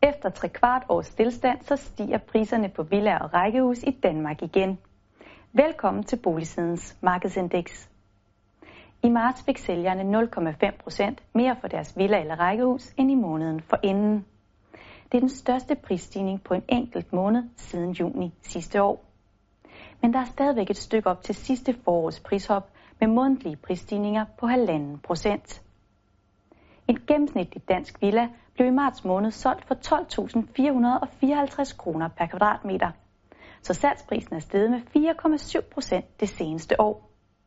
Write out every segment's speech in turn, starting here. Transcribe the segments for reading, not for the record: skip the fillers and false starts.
Efter 3/4 års stillstand, så stiger priserne på villaer og rækkehus i Danmark igen. Velkommen til Boligsidens markedsindeks. I marts fik sælgerne 0,5% mere for deres villa eller rækkehus end i måneden forinden. Det er den største prisstigning på en enkelt måned siden juni sidste år. Men der er stadigvæk et stykke op til sidste forårs prishop med månedlige prisstigninger på 1,5%. En gennemsnitlig dansk villa blev i marts måned solgt for 12.454 kroner per kvadratmeter. Så salgsprisen er steget med 4,7% det seneste år.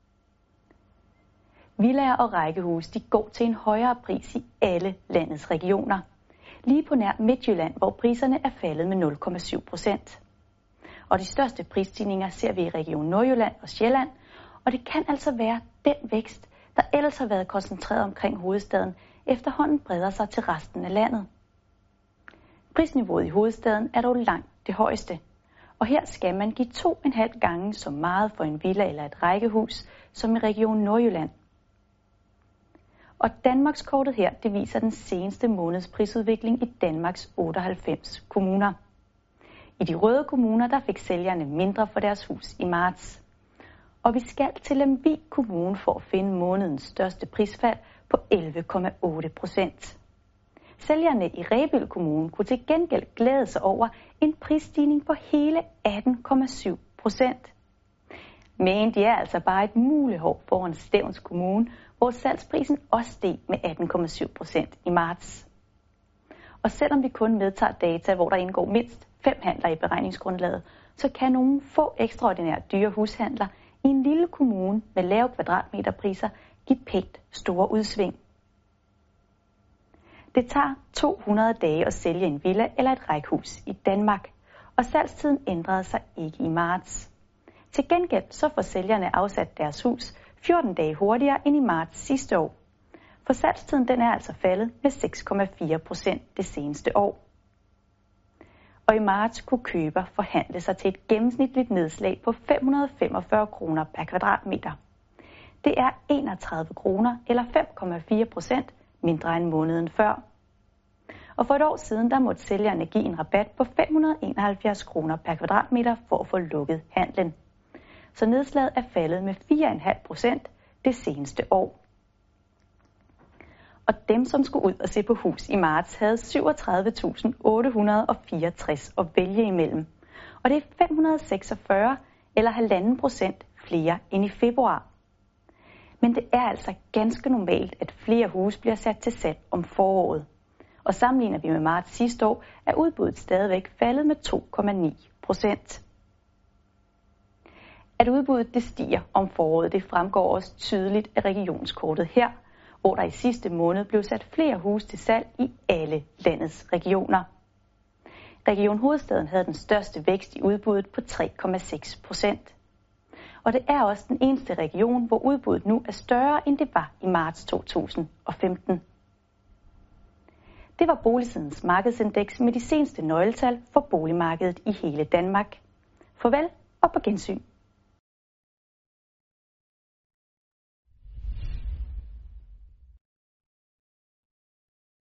Villaer og rækkehus de går til en højere pris i alle landets regioner. Lige på nær Midtjylland, hvor priserne er faldet med 0,7%. Og de største prisstigninger ser vi i Region Nordjylland og Sjælland, og det kan altså være den vækst, der ellers har været koncentreret omkring hovedstaden, efterhånden breder sig til resten af landet. Prisniveauet i hovedstaden er dog langt det højeste, og her skal man give 2,5 gange så meget for en villa eller et rækkehus som i Region Nordjylland. Og Danmarkskortet her, det viser den seneste måneds prisudvikling i Danmarks 98 kommuner. I de røde kommuner, der fik sælgerne mindre for deres hus i marts. Og vi skal til Lemvig Kommune for at finde månedens største prisfald på 11,8%. Sælgerne i Rebild Kommune kunne til gengæld glæde sig over en prisstigning på hele 18,7%. Men de er altså bare et mulehår foran Stevns Kommune, hvor salgsprisen også steg med 18,7% i marts. Og selvom vi kun medtager data, hvor der indgår mindst 5 handler i beregningsgrundlaget, så kan nogle få ekstraordinært dyre hushandler i en lille kommune med lave kvadratmeterpriser give pænt store udsving. Det tager 200 dage at sælge en villa eller et rækkehus i Danmark, og salgstiden ændrede sig ikke i marts. Til gengæld så får sælgerne afsat deres hus 14 dage hurtigere end i marts sidste år. For salgstiden den er altså faldet med 6,4% det seneste år. Og i marts kunne køber forhandle sig til et gennemsnitligt nedslag på 545 kroner per kvadratmeter. Det er 31 kroner eller 5,4% mindre end måneden før. Og for et år siden der måtte sælgerne give en rabat på 571 kroner per kvadratmeter for at få lukket handlen. Så nedslaget er faldet med 4,5% det seneste år. Og dem, som skulle ud og se på hus i marts, havde 37.864 at vælge imellem. Og det er 546 eller 1,5% flere end i februar. Men det er altså ganske normalt, at flere huse bliver sat til salg om foråret. Og sammenligner vi med marts sidste år, er udbuddet stadigvæk faldet med 2,9%. At udbuddet det stiger om foråret, det fremgår også tydeligt af regionskortet her, hvor der i sidste måned blev sat flere huse til salg i alle landets regioner. Region Hovedstaden havde den største vækst i udbuddet på 3,6%. Og det er også den eneste region, hvor udbuddet nu er større, end det var i marts 2015. Det var Boligsidens markedsindeks med de seneste nøgletal for boligmarkedet i hele Danmark. Farvel og på gensyn.